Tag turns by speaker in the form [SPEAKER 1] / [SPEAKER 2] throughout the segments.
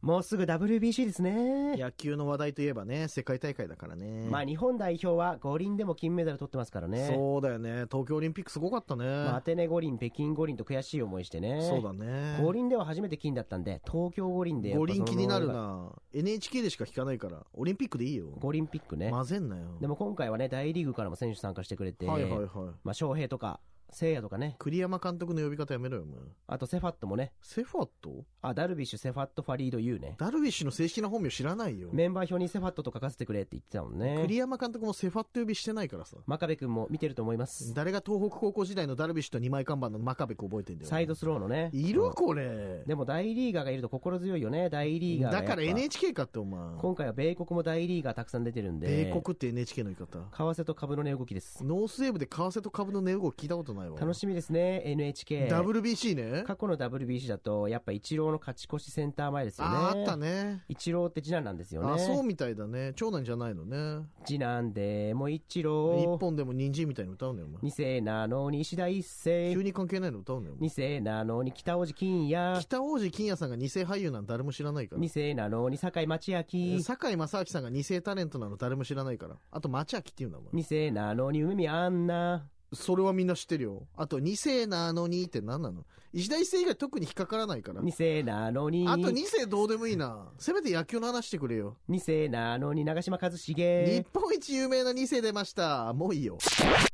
[SPEAKER 1] もうすぐ WBC ですね。
[SPEAKER 2] 野球の話題といえばね、世界大会だからね。
[SPEAKER 1] まあ日本代表は五輪でも金メダル取ってますからね。
[SPEAKER 2] そうだよね。東京オリンピックすごかったね。
[SPEAKER 1] アテネ五輪、北京五輪と悔しい思いしてね。
[SPEAKER 2] そうだね。
[SPEAKER 1] 五輪では初めて金だったんで、東京五輪でやっぱ
[SPEAKER 2] 五輪気になるな。NHK でしか聞かないから、オリンピックでいいよ。
[SPEAKER 1] 五輪ピックね。
[SPEAKER 2] 混ぜんなよ。
[SPEAKER 1] でも今回はね、大リーグからも選手参加してくれて、
[SPEAKER 2] はいはいはい。
[SPEAKER 1] まあ翔平とか、聖夜とかね。
[SPEAKER 2] 栗山監督の呼び方やめろよ、お前。
[SPEAKER 1] あとセファットもね。
[SPEAKER 2] セファット？
[SPEAKER 1] ダルビッシュ、セファット、ファリード、ユーね。
[SPEAKER 2] ダルビッシュの正式な本名知らないよ。
[SPEAKER 1] メンバー表にセファットと書かせてくれって言ってたもんね。
[SPEAKER 2] 栗山監督もセファット呼びしてないからさ。
[SPEAKER 1] 真壁くんも見てると思います。
[SPEAKER 2] 誰が東北高校時代のダルビッシュと二枚看板の真壁くん覚えてんだよ。
[SPEAKER 1] サイドスローのね。
[SPEAKER 2] いるこれ。
[SPEAKER 1] でも大リーガーがいると心強いよね、大リーガーが。
[SPEAKER 2] だから NHK かってお前。
[SPEAKER 1] 今回は米国も大リーガーたくさん出てるんで。
[SPEAKER 2] 米国って NHK の言い方。
[SPEAKER 1] 為替と株の値動きです。
[SPEAKER 2] ノースウェーブで為替と株の値動き聞いたことないわ。
[SPEAKER 1] 楽しみですね、NHK。
[SPEAKER 2] WBC ね。
[SPEAKER 1] 過去の WBC だと、やっぱイチローの勝ち越しセンター前ですよね。
[SPEAKER 2] あったね。
[SPEAKER 1] イチローって次男なんですよね。
[SPEAKER 2] あ、そうみたいだね。長男じゃないのね。
[SPEAKER 1] 次男でもイチロー。
[SPEAKER 2] 一本でも人参みたいに歌うのよ、お前。
[SPEAKER 1] 二世なのに石田一世。
[SPEAKER 2] 急に関係ないの歌うのよ。
[SPEAKER 1] 二世なのに北大路欣也。
[SPEAKER 2] 北大路欣也さんが二世俳優なん誰も知らないから。
[SPEAKER 1] 二世なのに坂井町明。
[SPEAKER 2] 坂井正明さんが二世タレントなの誰も知らないから。あと町明っていうんだもん。
[SPEAKER 1] 二世なのに梅宮アンナ。
[SPEAKER 2] それはみんな知ってるよ。あと二世なのにって何なの？石田一世以外特に引っかからないから。
[SPEAKER 1] 二世なのに。
[SPEAKER 2] あと二世どうでもいいな。せめて野球の話してくれよ。
[SPEAKER 1] 二世なのに長嶋一茂。
[SPEAKER 2] 日本一有名な二世出ました。もういいよ。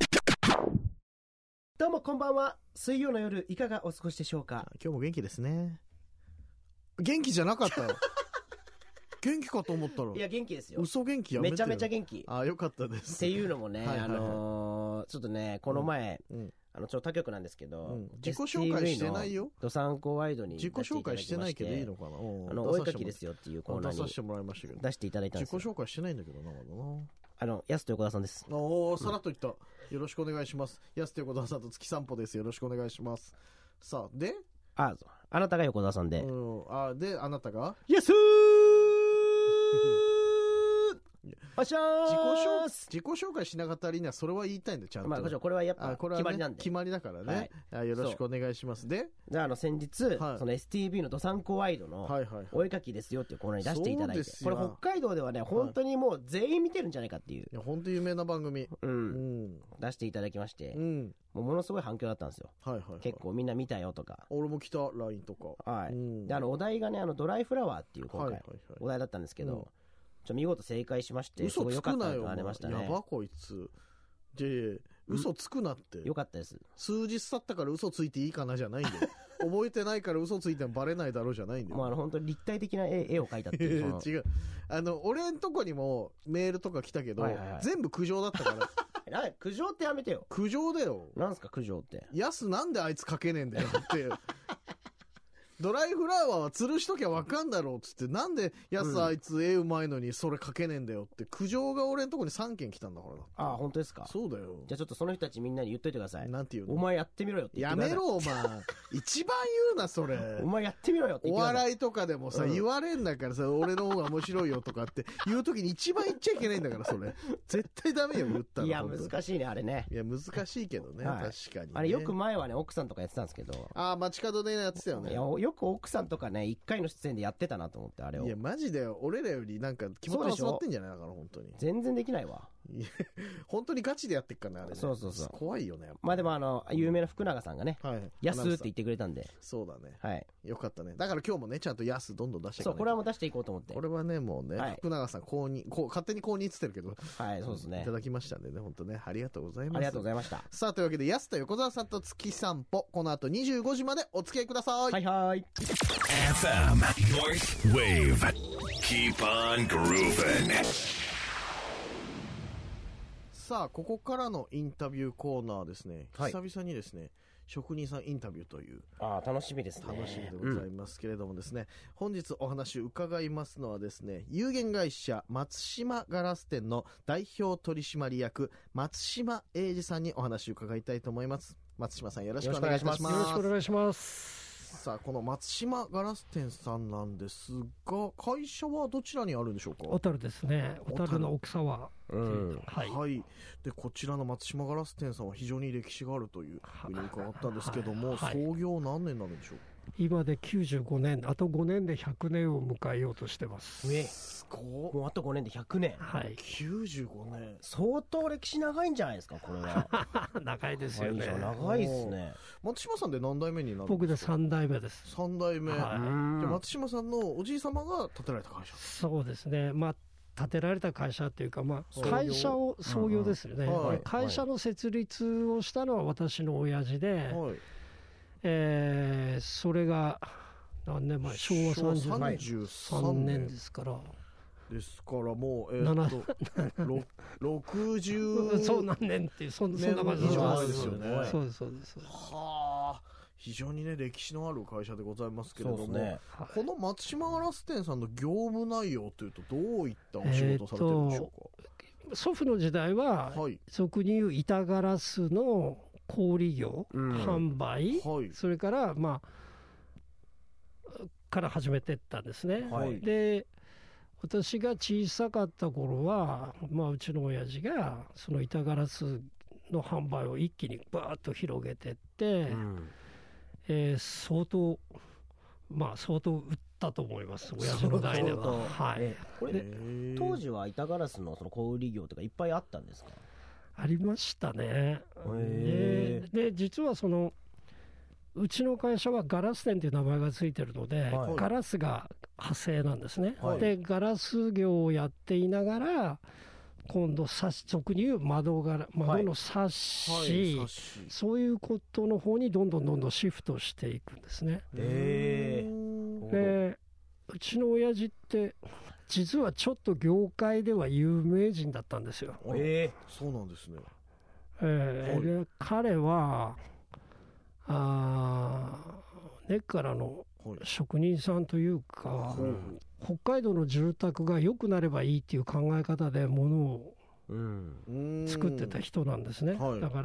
[SPEAKER 1] どうもこんばんは。水曜の夜いかがお過ごしでしょうか。
[SPEAKER 2] 今日も元気ですね。元気じゃなかったよ。元気かと思ったら。
[SPEAKER 1] いや元気ですよ。
[SPEAKER 2] 嘘元気やめてよ。
[SPEAKER 1] めちゃめちゃ元気。
[SPEAKER 2] あ、よかったです。
[SPEAKER 1] っていうのもね、
[SPEAKER 2] はいはいはい
[SPEAKER 1] ちょっとね、この前、ちょっと他局なんですけど、
[SPEAKER 2] 自己紹介してないよ。
[SPEAKER 1] ドサンコワイドに
[SPEAKER 2] 自己紹介してないけどいいのかな。
[SPEAKER 1] お絵かきですよっていうコーナーに
[SPEAKER 2] 出させてもらいましたけど。
[SPEAKER 1] 出していただいたんですよ。
[SPEAKER 2] 自己紹介してないんだけどな、まだな。
[SPEAKER 1] 安と横田さんです。
[SPEAKER 2] おー、さらっと言った。よろしくお願いします。安と横田さんと月散歩です。よろしくお願いします。さあ、で
[SPEAKER 1] あなたが横田さんで。
[SPEAKER 2] で、あなたが
[SPEAKER 1] イエスーおっしゃーす。
[SPEAKER 2] 自己紹介しなかったりにはそれは言いたいんだよ、ちゃんと。
[SPEAKER 1] まあ、これはやっぱ決まりなんで。
[SPEAKER 2] 決まりだからね。よろしくお願いします。で、
[SPEAKER 1] 先日、その STV のドサンコワイドのお絵かきですよっていうコーナーに出していただいて、これ北海道ではね、本当にもう全員見てるんじゃないかっていう。
[SPEAKER 2] いや、本当有名な番組。
[SPEAKER 1] 出していただきまして、ものすごい反響だったんですよ。結構みんな見たよとか。
[SPEAKER 2] 俺も来た、LINE とか。
[SPEAKER 1] はい。で、お題がね、ドライフラワーっていう今回、お題だったんですけど、見事正解しまして、
[SPEAKER 2] 嘘つくなよ。
[SPEAKER 1] すごい良かったと言われましたね。
[SPEAKER 2] やばこいつ。嘘つくなって。
[SPEAKER 1] よかったです。
[SPEAKER 2] 数日経ったから嘘ついていいかなじゃないんだよ。覚えてないから嘘ついてもバレないだろうじゃないんだよ。
[SPEAKER 1] もう本当に立体的な絵を描いたっていう。
[SPEAKER 2] 違う。俺んとこにもメールとか来たけど、全部苦情だったから。
[SPEAKER 1] 苦情ってやめてよ。
[SPEAKER 2] 苦情だよ。
[SPEAKER 1] なんすか苦情って。
[SPEAKER 2] なんであいつ描けねえんだよって。ドライフラワーは吊るしときゃわかんだろうっつって、なんであいつ絵うまいのにそれ描けねえんだよって苦情が俺んとこに3件来たんだから。
[SPEAKER 1] ああ、本当ですか。
[SPEAKER 2] そうだよ。
[SPEAKER 1] じゃあちょっとその人たちみんなに言っといてください。
[SPEAKER 2] なんて言うの？
[SPEAKER 1] お前やってみろよって言ってください。
[SPEAKER 2] やめろお前。一番言うなそれ。
[SPEAKER 1] お前やってみろよって言ってください。
[SPEAKER 2] お笑いとかでもさ、言われんだからさ、俺の方が面白いよとかって言うときに一番言っちゃいけないんだからそれ。絶対ダメよ言ったら。
[SPEAKER 1] いや難しいねあれね。
[SPEAKER 2] いや難しいけどね、確かにね。
[SPEAKER 1] あれよく前はね奥さんとかやってたんですけど。
[SPEAKER 2] ああ、街角でやってたよね。
[SPEAKER 1] いやよく奥さんとかね、一回の出演でやってたなと思って、あれを。
[SPEAKER 2] いや、マジで俺らよりなんか気持ちが座ってんじゃないだから本当に。
[SPEAKER 1] 全然できないわ。
[SPEAKER 2] 本当にガチでやってっからね、あれね。
[SPEAKER 1] そう。
[SPEAKER 2] 怖いよね。
[SPEAKER 1] まあでも有名な福永さんがね、ヤスって言ってくれたんで。
[SPEAKER 2] そうだね。
[SPEAKER 1] はい。
[SPEAKER 2] よかったね。だから今日もね、ちゃんとヤスどんどん出していかないと。
[SPEAKER 1] そう、これはもう出していこうと思って。
[SPEAKER 2] これはね、もうね、福永さん勝手に公認っつってるけど。
[SPEAKER 1] はい、そうですね。
[SPEAKER 2] いただきましたんでね、本当ね、ありがとうございます。
[SPEAKER 1] ありがとうございました。
[SPEAKER 2] さあ、というわけで、ヤスと横澤さんと月散歩、この後25時までお付き合いください。
[SPEAKER 1] はいはい。
[SPEAKER 3] FM North Wave. Keep on grooving.
[SPEAKER 2] さあ、ここからのインタビューコーナーですね。久々にですね、職人さんインタビューという。
[SPEAKER 1] 楽しみですね。
[SPEAKER 2] 楽しみでございますけれどもですね、本日お話を伺いますのはですね、有限会社松島ガラス店の代表取締役、松島英二さんにお話を伺いたいと思います。松島さんよろしくお願いします。
[SPEAKER 4] よろしくお願いします。
[SPEAKER 2] さあ、この松島ガラス店さんなんですが、会社はどちらにあるんでしょうか？
[SPEAKER 4] 小樽ですね。小樽の奥沢。
[SPEAKER 2] はい。で、こちらの松島ガラス店さんは非常に歴史があるというふうに伺ったんですけども、創業何年になるんでしょう？
[SPEAKER 4] 今で95年、あと5年で100年を迎えようとしてます。
[SPEAKER 2] すごい。
[SPEAKER 1] もうあと5年で100年。
[SPEAKER 4] はい。
[SPEAKER 2] 95年。
[SPEAKER 1] 相当歴史長いんじゃないですか、これは。
[SPEAKER 4] 長いですよね。
[SPEAKER 1] 長いですね。
[SPEAKER 2] 松島さんで何代目になるん
[SPEAKER 4] 僕で
[SPEAKER 2] ですか？
[SPEAKER 4] 3代目です。
[SPEAKER 2] 3代目。
[SPEAKER 4] はい、
[SPEAKER 2] で松島さんのおじい様が建てられた会社。
[SPEAKER 4] そうですね。まあ建てられた会社っていうか、まあ、会社を創業ですよね、
[SPEAKER 2] はい、
[SPEAKER 4] 会社の設立をしたのは私の親父で、はい、それが何年前、昭和33年ですから。
[SPEAKER 2] ですからもう、
[SPEAKER 4] 60そう何年っていうそんな感じ
[SPEAKER 2] 以上前ですよね。
[SPEAKER 4] そうですそうです。
[SPEAKER 2] はあ、非常にね歴史のある会社でございますけれども、
[SPEAKER 1] ね、
[SPEAKER 2] この松島ガラス店さんの業務内容というとどういったお仕事をされてるんでしょうか？
[SPEAKER 4] 祖父の時代は、はい、俗に言う板ガラスの小売業、販売、はい、それからまあから始めていったんですね、はい、で私が小さかった頃は、まあ、うちの親父がその板ガラスの販売を一気にバーッと広げていって、相当売ったと思います、親父の代では。はい、
[SPEAKER 1] これ当時は板ガラスのその小売業とかいっぱいあったんですか？
[SPEAKER 4] ありましたね。で実はそのうちの会社はガラス店という名前がついてるので、はい、ガラスが派生なんですね、はい、でガラス業をやっていながら今度俗に言う窓のサッシ、はい、そういうことの方にどんどんシフトしていくんですね。でうちの親父って実はちょっと業界では有名人だったんですよ。
[SPEAKER 2] そうなんですね。
[SPEAKER 4] で彼は根っからの職人さんというか、北海道の住宅が良くなればいいっていう考え方で物を作ってた人なんですね。だから、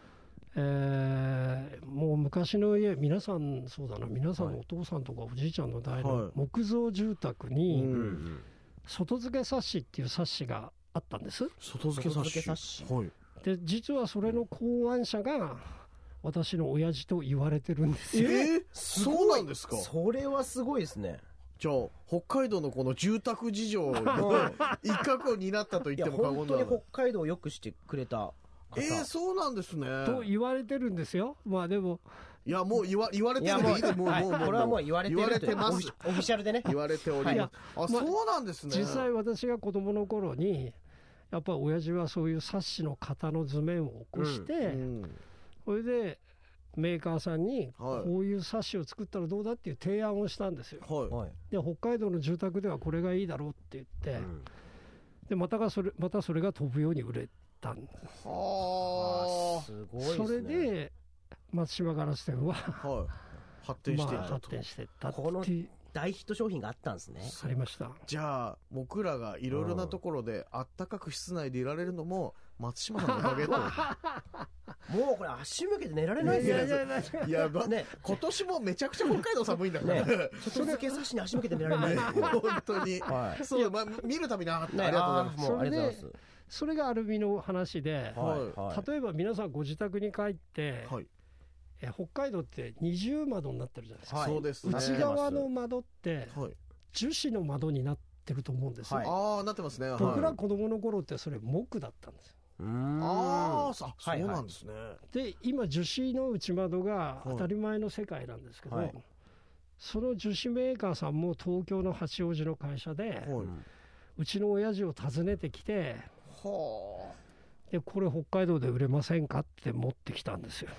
[SPEAKER 4] もう昔の家、皆さんのお父さんとかおじいちゃんの代の木造住宅に外付けサッシっていうサッシがあったんです。
[SPEAKER 2] 外付けサッシ、
[SPEAKER 4] で実はそれの考案者が私の親父と言われてるんですよ。
[SPEAKER 2] そうなんですか？
[SPEAKER 1] それはすごいですね。
[SPEAKER 2] じゃあ北海道のこの住宅事情の一角を担ったと言っても過言ではない。
[SPEAKER 1] 本当に北海道を良くしてくれた方。
[SPEAKER 2] そうなんですね。
[SPEAKER 4] と言われてるんですよ。まあでも
[SPEAKER 2] いやもう言われてるんでいいでもう
[SPEAKER 1] これはもう言われて
[SPEAKER 2] ます。
[SPEAKER 1] オフィシャルでね
[SPEAKER 2] 言われております。そうなんですね。
[SPEAKER 4] 実際私が子供の頃にやっぱり親父はそういうサッシの型の図面を起こして、それでメーカーさんにこういうサッシを作ったらどうだっていう提案をしたんですよ。で北海道の住宅ではこれがいいだろうって言って、でまたそれが飛ぶように売れたんです。
[SPEAKER 1] すごいですね。
[SPEAKER 4] それで松島ガラス店は、
[SPEAKER 2] 発展していったと。
[SPEAKER 4] 発展していったって
[SPEAKER 1] いう大ヒット商品があったんですね。
[SPEAKER 4] ありました。
[SPEAKER 2] じゃあ僕らがいろいろなところであったかく室内でいられるのも松島さんのおかげと。
[SPEAKER 1] もうこれ足向けて寝られないです
[SPEAKER 2] よ。いやね、今年もめちゃくちゃ北海道寒いんだから。
[SPEAKER 1] 外付けサッシに足向けて寝られない。
[SPEAKER 2] 本当に。そう、見るたびにありがとうございます。
[SPEAKER 1] ありがとうございます。
[SPEAKER 4] それがアルミの話で、例えば皆さんご自宅に帰って、北海道って二重窓になってるじゃないですか。
[SPEAKER 2] そうですね。
[SPEAKER 4] 内側の窓って樹脂の窓になってると思うんですよ。
[SPEAKER 2] ああ、なってますね。
[SPEAKER 4] 僕ら子供の頃ってそれ木だったんですよ。
[SPEAKER 2] そうなんですね。
[SPEAKER 4] で今樹脂の内窓が当たり前の世界なんですけど、その樹脂メーカーさんも東京の八王子の会社で、うちの親父を訪ねてきて、でこれ北海道で売れませんかって持ってきたんですよ。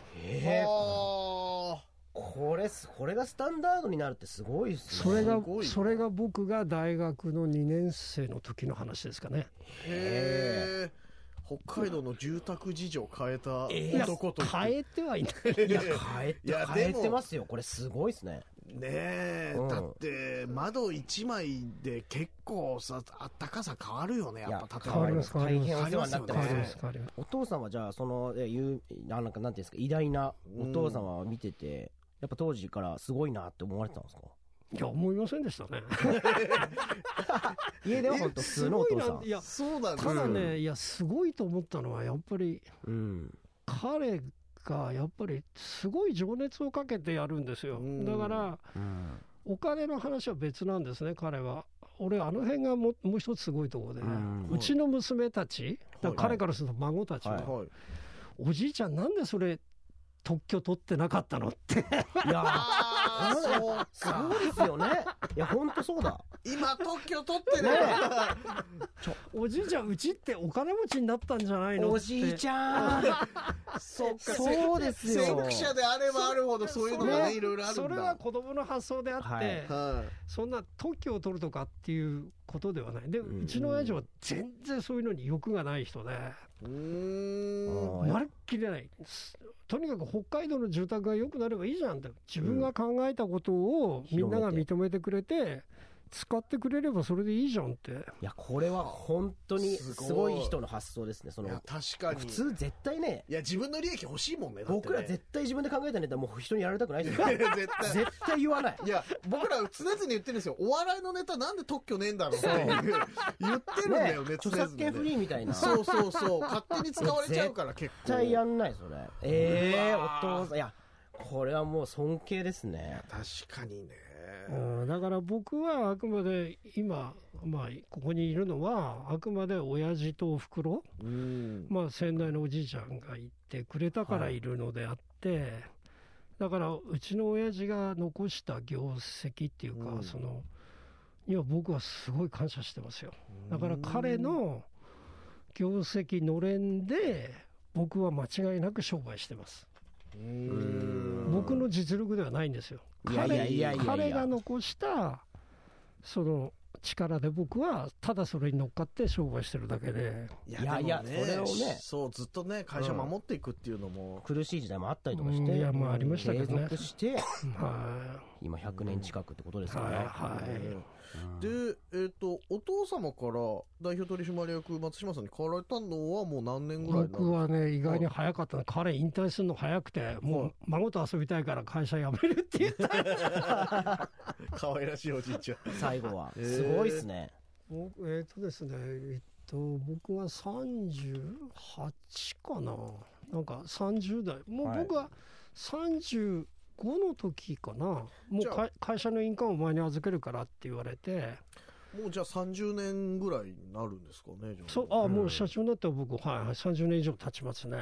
[SPEAKER 1] これがスタンダードになるってすごいですね。
[SPEAKER 4] それが僕が大学の2年生の時の話ですかね。
[SPEAKER 2] 北海道の住宅事情を変えた男と
[SPEAKER 4] 変えてはいない。
[SPEAKER 1] 変えてますよ。これすごいですね。
[SPEAKER 2] ねえ、だって窓1枚で結構さあったかさ変わるよね。やっぱ
[SPEAKER 4] 変わります。
[SPEAKER 1] 大変お世話になってます。お父さんはじゃあそのなんていうんですか、偉大なお父様を見てて、やっぱ当時からすごいなって思われてたんですか？
[SPEAKER 4] いや思いませんでしたね。
[SPEAKER 1] 家では本当普通のお父さん。
[SPEAKER 4] いやそうなんです。ただね、いやすごいと思ったのはやっぱり、彼かやっぱりすごい情熱をかけてやるんですよ。だから、お金の話は別なんですね、彼は。俺あの辺がもう一つすごいところで、うちの娘たち、彼からすると孫たちは、おじいちゃんなんでそれ特許取ってなかったのって
[SPEAKER 1] いやそうですよね。いや本当そうだ。
[SPEAKER 2] 今特許取ってね
[SPEAKER 4] おじいちゃんうちってお金持ちになったんじゃないのって。
[SPEAKER 1] おじいちゃんそうですよ。
[SPEAKER 2] 先駆者であればあるほどそういうのがねいろいろあるんだ。
[SPEAKER 4] それは子供の発想であって、そんな特許を取るとかっていうことではない。でうちの親父は全然そういうのに欲がない人で、まるっきりない。とにかく北海道の住宅が良くなればいいじゃんって、自分が考えたことをみんなが認めてくれて使ってくれればそれでいいじゃんって。
[SPEAKER 1] いやこれは本当にすごい人の発想ですね。その
[SPEAKER 2] いや確かに
[SPEAKER 1] 普通絶対ね、
[SPEAKER 2] いや自分の利益欲しいもんね。
[SPEAKER 1] 僕ら絶対自分で考えたネタもう人にやられたくないですよ絶対言わない。
[SPEAKER 2] いや僕ら常々言ってるんですよ。お笑いのネタなんで特許ねえんだろうって言ってるんだよね。
[SPEAKER 1] 著作権フリーみたいな。
[SPEAKER 2] そう勝手に使われちゃうから結構
[SPEAKER 1] 絶対やんないそれ。お父さん、いやこれはもう尊敬ですね。
[SPEAKER 2] 確かにね。
[SPEAKER 4] だから僕はあくまで今、ここにいるのはあくまで親父とおふくろ、先代のおじいちゃんがいてくれたからいるのであって、だからうちの親父が残した業績っていうか、には僕はすごい感謝してますよ。だから彼の業績のれんで僕は間違いなく商売してます。僕の実力ではないんですよ。彼が残したその力で僕はただそれに乗っかって商売してるだけで。
[SPEAKER 1] いやそれをね、
[SPEAKER 2] そうずっとね会社守っていくっていうのも、
[SPEAKER 1] 苦しい時代もあったりとかして、
[SPEAKER 4] ありましたけどね。
[SPEAKER 1] 継続して今100年近くってことですよね。
[SPEAKER 2] でお父様から代表取締役松島さんに変わられたのはもう何年ぐらいなんですか？
[SPEAKER 4] 僕はね意外に早かったの。彼引退するの早くて、もう孫と遊びたいから会社辞めるって言った
[SPEAKER 2] 可愛らしいおじいちゃん
[SPEAKER 1] 最後はすごいっすね。
[SPEAKER 4] ですね僕は38かな、なんか30代、もう僕は35の時かな、もう会社の印鑑をお前に預けるからって言われて。
[SPEAKER 2] もうじゃあ30年ぐらいになるんですかね。
[SPEAKER 4] もう社長になったら僕、30年以上経ちますね。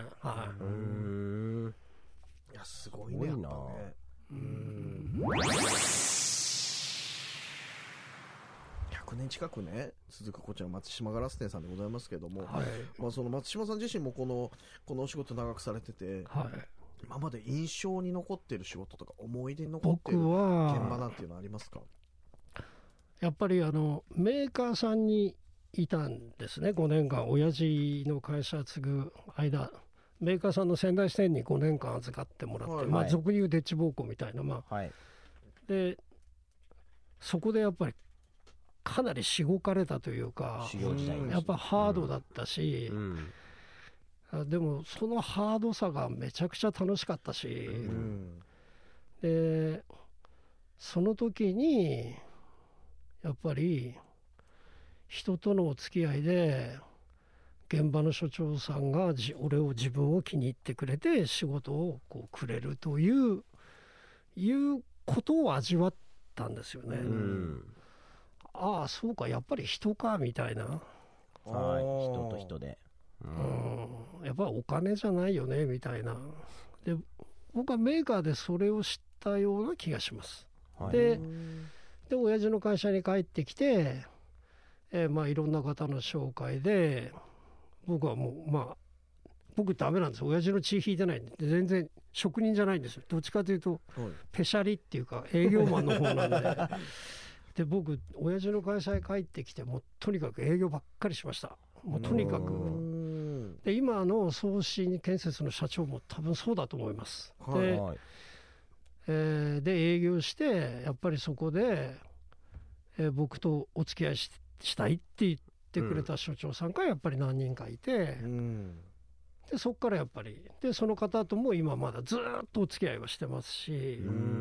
[SPEAKER 2] いやすごいね、やっぱね。100年近くね続くこちら松島ガラス店さんでございますけれども、その松島さん自身もこのお仕事長くされてて、今まで印象に残ってる仕事とか思い出に残ってる現場なんていうのはありますか？
[SPEAKER 4] やっぱりメーカーさんにいたんですね。5年間親父の会社継ぐ間、メーカーさんの仙台支店に5年間預かってもらって、俗に言うデッチ奉公みたいな、でそこでやっぱりかなりしごかれたというか、やっぱハードだったし、でもそのハードさがめちゃくちゃ楽しかったし、でその時にやっぱり人とのお付き合いで現場の所長さんが自分を気に入ってくれて仕事をくれるということを味わったんですよね。ああそうかやっぱり人かみたいな、
[SPEAKER 1] 人と人で、
[SPEAKER 4] やっぱりお金じゃないよねみたいな。で僕はメーカーでそれを知ったような気がします。で親父の会社に帰ってきて、いろんな方の紹介で僕はもう僕ダメなんですよ。親父の血引いてないんで全然職人じゃないんですよ。どっちかというとペシャリっていうか営業マンの方なんでで僕親父の会社に帰ってきてもうとにかく営業ばっかりしました。もうとにかくで今の送信建設の社長も多分そうだと思います。で営業してやっぱりそこで、僕とお付き合いしたいって言ってくれた所長さんがやっぱり何人かいて、でそこからやっぱりでその方とも今まだずっとお付き合いはしてますし、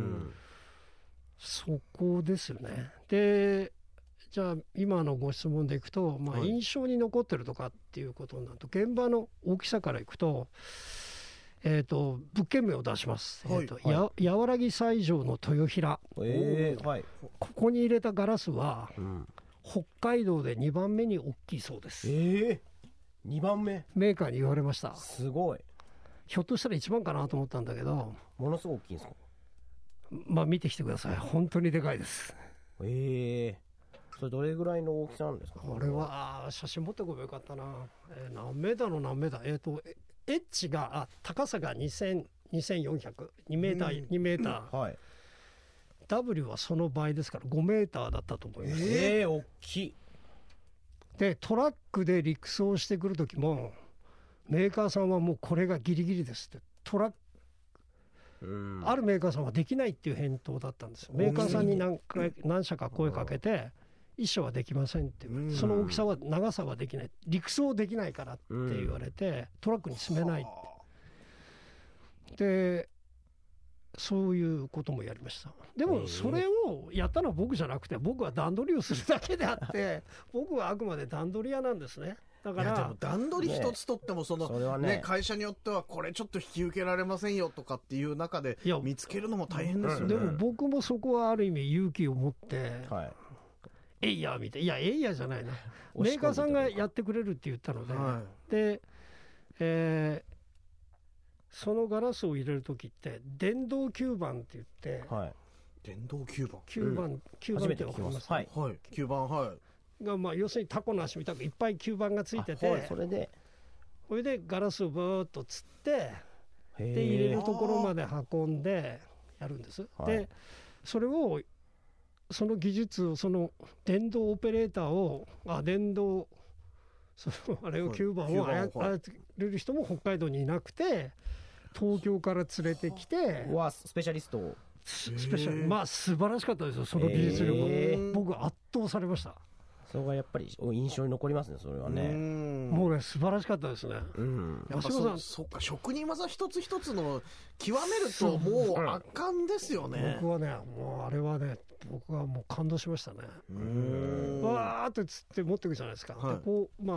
[SPEAKER 4] そこですよね。でじゃあ今のご質問でいくと、印象に残ってるとかっていうことになると現場の大きさからいくと、 物件名を出します、やわらぎ西条の豊平、
[SPEAKER 1] はい、
[SPEAKER 4] ここに入れたガラスは、北海道で2番目に大きいそうです。
[SPEAKER 1] 2番目
[SPEAKER 4] メーカーに言われました。
[SPEAKER 1] すごい。
[SPEAKER 4] ひょっとしたら1番かなと思ったんだけど、
[SPEAKER 1] ものすごく大きいんですか？
[SPEAKER 4] まあ見てきてください。本当にでかいです。
[SPEAKER 1] それどれぐらいの大きさなんですか？
[SPEAKER 4] これは写真持ってこればよかったな。何メーターの何メーター、エッジが高さが2400、2メーター、2メーター、はい、W はその倍ですから5メーターだったと思います。
[SPEAKER 1] 大きい。
[SPEAKER 4] でトラックで陸送してくる時もメーカーさんはもうこれがギリギリですってあるメーカーさんはできないっていう返答だったんですよ。メーカーさんに何社か声かけて一緒はできませんって、その大きさは長さはできない、陸送できないからって言われてトラックに積めないってでそういうこともやりました。でもそれをやったのは僕じゃなくて、僕は段取りをするだけであって僕はあくまで段取り屋なんですね。だから
[SPEAKER 2] でも段取り一つとってもその会社によってはこれちょっと引き受けられませんよとかっていう中で見つけるのも大変ですよね。
[SPEAKER 4] でも僕もそこはある意味勇気を持って、エイヤーみたいな、いやエイヤーじゃないなメーカーさんがやってくれるって言ったので、で、そのガラスを入れるときって電動吸盤って言って、
[SPEAKER 2] 電動吸盤
[SPEAKER 4] 吸盤って分かります？
[SPEAKER 2] 吸盤
[SPEAKER 4] が要するにタコの足みたくいっぱい吸盤がついてて、それでガラスをブーッとつってで入れるところまで運んでやるんです。でそれをその技術をその電動オペレーターを電動あれを吸盤を操れる人も北海道にいなくて東京から連れてきて
[SPEAKER 1] スペシャリストを
[SPEAKER 4] スペシャル素晴らしかったですよ。その技術力、僕圧倒されました。
[SPEAKER 1] それがやっぱり印象に残りますね。それはね
[SPEAKER 4] もうね素晴らしかったですね。
[SPEAKER 2] やっぱそっか、職人技一つ一つの極めるともう圧巻ですよね。
[SPEAKER 4] 僕はねもうあれはね僕はもう感動しましたね。わーってつって持っていくじゃないですか。でこう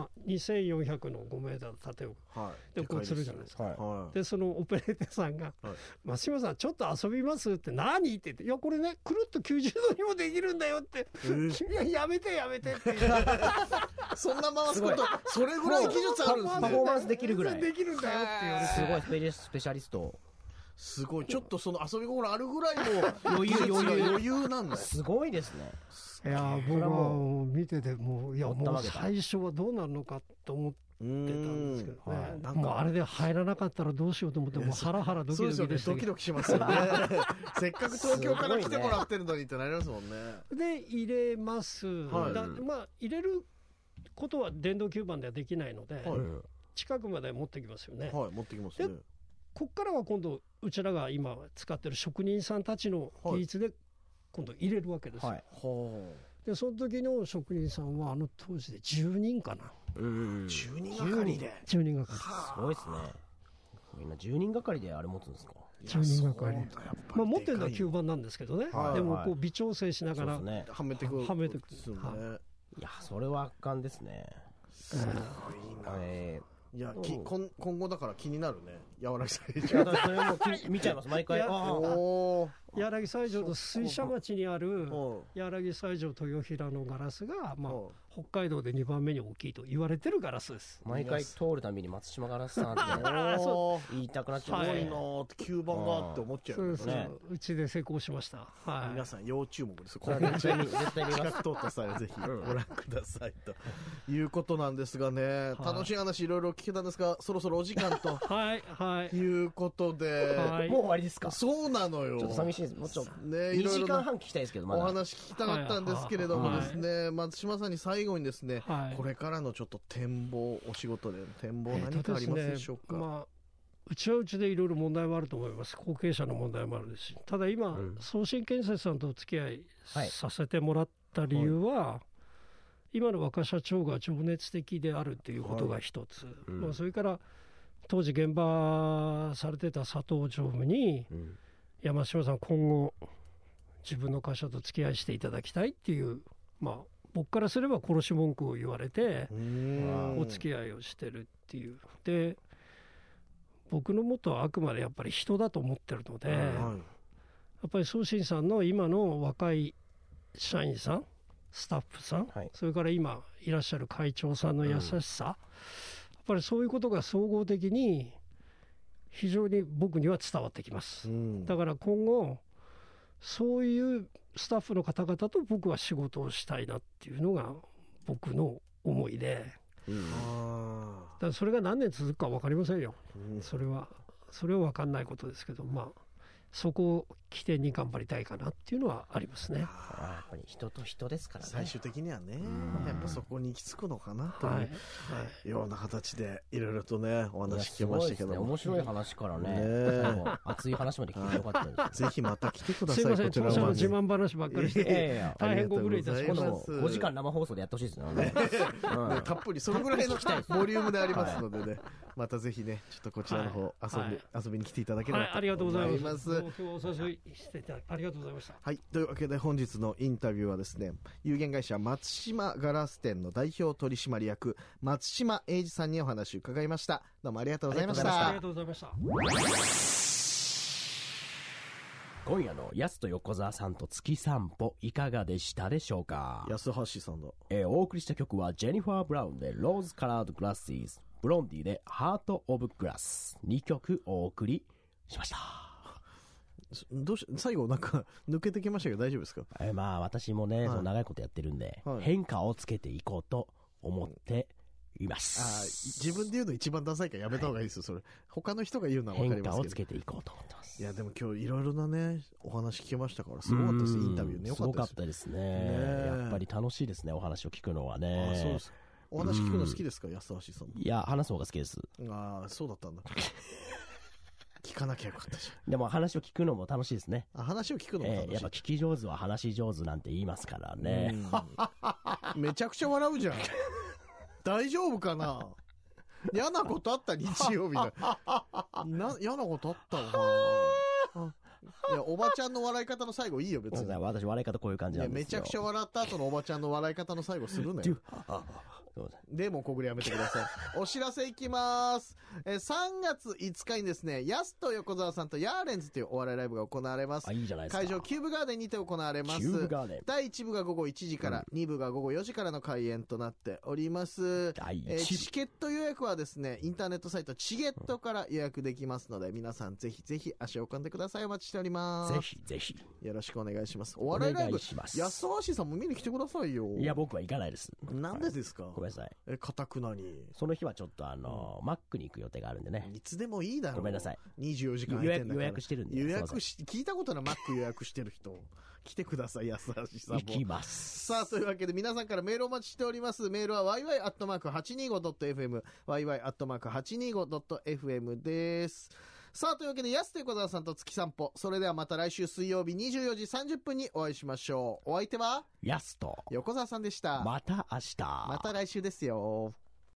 [SPEAKER 4] 2400の5メーター縦をでこう釣るじゃないですか。でそのオペレーターさんが松島さんちょっと遊びますって何って言って、いやこれねくるっと90度にもできるんだよっていややめてって
[SPEAKER 2] そんな回すことそれぐらい技術あるんですね。
[SPEAKER 1] パフォーマンスできるぐらい
[SPEAKER 4] できるんだよって言われて、
[SPEAKER 1] すごいスペシャリスト、
[SPEAKER 2] すごい。ちょっとその遊び心あるぐらいの余裕なんだよ。す
[SPEAKER 1] ごいですね。
[SPEAKER 4] いや僕は見ててもう最初はどうなるのかと思ってたんですけどね。もうあれで入らなかったらどうしようと思ってもうハラハラドキドキでした。
[SPEAKER 2] ドキドキしますよねせっかく東京から来てもらってるのにってなりますもんね。
[SPEAKER 4] で入れます。入れることは電動吸盤ではできないので近くまで持ってきますよね。
[SPEAKER 2] 持ってきますね。
[SPEAKER 4] こっからは今度うちらが今使ってる職人さんたちの技術で今度入れるわけですよ。でその時の職人さんは当時で10人かな。
[SPEAKER 2] 10人がかりで。
[SPEAKER 4] 10人がかり。
[SPEAKER 1] すごいですね。みんな10人がかりであれ持つんですか
[SPEAKER 4] ？10人がかり。持ってるのは吸盤なんですけどね。でもこう微調整しながら
[SPEAKER 2] はめてくる。
[SPEAKER 1] いやそれは圧巻ですね。
[SPEAKER 2] すごいな。いや今後だから気になるね。やわらぎ西
[SPEAKER 1] 条。それも見ちゃいます毎回。
[SPEAKER 4] やわらぎ西条の水車町にあるやわらぎ西条豊平のガラスが北海道で2番目に大きいと言われてるガラスです。
[SPEAKER 1] 毎回通るたびに松島ガラスさんって言いたくなっちゃう。
[SPEAKER 2] すごいなーって吸盤がって思っちゃうね。
[SPEAKER 4] うちで成功しました。
[SPEAKER 2] 皆さん要注目です。
[SPEAKER 1] 絶対見ます。
[SPEAKER 2] 企画通った際はぜひご覧くださいということなんですがね。楽しい話いろいろ聞けたんですがそろそろお時間ということで
[SPEAKER 1] もう終わりですか？
[SPEAKER 2] そうなのよ。
[SPEAKER 1] ちょっと寂しいです。もうちょっと2時間半聞きたいですけど
[SPEAKER 2] お話聞きたかったんですけれどもですね、松島さんに最後にですねこれからのちょっと展望、お仕事で展望何かありますでしょうか？
[SPEAKER 4] うちはうちでいろいろ問題もあると思います。後継者の問題もあるし、ただ今送信建設さんとお付き合いさせてもらった理由は今の若社長が情熱的であるということが一つ、それから当時現場されてた佐藤常務に、山島さん今後自分の会社と付き合いしていただきたいっていう、僕からすれば殺し文句を言われてお付き合いをしてるっていう。で僕のモットーはあくまでやっぱり人だと思ってるので、やっぱり送信さんの今の若い社員さん、スタッフさん、それから今いらっしゃる会長さんの優しさ、やっぱりそういうことが総合的に非常に僕には伝わってきます、だから今後そういうスタッフの方々と僕は仕事をしたいなっていうのが僕の思いで、だからそれが何年続くか分かりませんよ、それは分かんないことですけど、まあそこを起点に頑張りたいかなっていうのはありますね。
[SPEAKER 1] やっぱり人と人ですからね。
[SPEAKER 2] 最終的にはね、やっぱそこに行き着くのかなというような形でいろいろとねお話聞きましたけど、
[SPEAKER 1] 面白い話からね、熱い話まで聞いてよかったです。
[SPEAKER 2] ぜひまた来てください。
[SPEAKER 4] すいません、当社の自慢話ばっかりして大変ご無礼いたします。
[SPEAKER 1] 5時間生放送でやってほしいですね。
[SPEAKER 2] たっぷりそのぐらいのボリュームでありますのでね、またぜひねちょっとこちらの方遊びに来ていただければと思います。
[SPEAKER 4] ありがとうございます。今日お誘いしていただきありがとうございました。
[SPEAKER 2] はい、というわけで本日のインタビューはですね、有限会社松島ガラス店の代表取締役松島英二さんにお話を伺いました。どうもありがとうございました。
[SPEAKER 4] ありがとうございました。
[SPEAKER 1] 今夜の安と横澤さんと月散歩いかがでしたでしょうか。
[SPEAKER 2] 安橋さんだ。
[SPEAKER 1] お送りした曲はジェニファー・ブラウンでローズカラードグラスイズ、ブロンディでハート・オブ・グラス、2曲お送りしました。
[SPEAKER 2] どうし最後なんか抜けてきましたけど大丈夫ですか。
[SPEAKER 1] まあ私もね、その長いことやってるんで、変化をつけていこうと思っています。
[SPEAKER 2] 自分で言うの一番ダサいからやめた方がいいですよ、それ。他の人が言うのは分かりますけど。
[SPEAKER 1] 変化をつけていこうと思ってます。
[SPEAKER 2] いやでも今日いろいろなねお話聞けましたからすごかったです。インタビューね、よかったです。
[SPEAKER 1] すごかったですね。やっぱり楽しいですね、お話を聞くのはね。
[SPEAKER 2] そうです。お話聞くの好きですか、安橋さんも。
[SPEAKER 1] いや話す方が好きです。
[SPEAKER 2] そうだったんだ。聞かなきゃよかったじゃん。
[SPEAKER 1] でも話を聞くのも楽しいですね。
[SPEAKER 2] 話を聞くのも楽しい。
[SPEAKER 1] やっぱ聞き上手は話し上手なんて言いますからね。
[SPEAKER 2] めちゃくちゃ笑うじゃん。大丈夫かな。嫌なことあった日曜日が。嫌なことあったのかな。いやおばちゃんの笑い方の最後いいよ別に。
[SPEAKER 1] 私笑い方こういう感じなんですよ。
[SPEAKER 2] めちゃくちゃ笑った後のおばちゃんの笑い方の最後するのよ。でも小暮やめてください。お知らせいきます。3月5日にですね、ヤスと横澤さんとヤーレンズというお笑いライブが行われます。
[SPEAKER 1] いいじゃないですか。
[SPEAKER 2] 会場キューブガーデンにて行われます。
[SPEAKER 1] キューブガーデン。
[SPEAKER 2] 第1部が午後1時から、2部が午後4時からの開演となっております。チケット予約はですね、インターネットサイトチゲットから予約できますので、皆さんぜひぜひ足を運んでください。お待ちしております。
[SPEAKER 1] ぜひぜひ
[SPEAKER 2] よろしくお願いします。お笑いライブ、安橋さんも見に来てくださいよ。
[SPEAKER 1] いや僕は行かないです。
[SPEAKER 2] なんでですか。
[SPEAKER 1] ごめんなさい。
[SPEAKER 2] 固くなに。
[SPEAKER 1] その日はちょっとマックに行く予定があるんでね。
[SPEAKER 2] いつでもいいだろう。
[SPEAKER 1] ごめんなさい。
[SPEAKER 2] 24時間空いてんだから。
[SPEAKER 1] 予約してるんで。
[SPEAKER 2] 聞いたことないマック予約してる人。来てください、安橋さんも。
[SPEAKER 1] 行きます。
[SPEAKER 2] さあ、というわけで皆さんからメールをお待ちしております。メールは yy@825.fm、yy@825.fm です。さあ、というわけで、安手小沢さんと月散歩。それではまた来週水曜日24時30分にお会いしましょう。お相手は、
[SPEAKER 1] 安と
[SPEAKER 2] 横澤さんでした。
[SPEAKER 1] また明日。
[SPEAKER 2] また来週ですよ。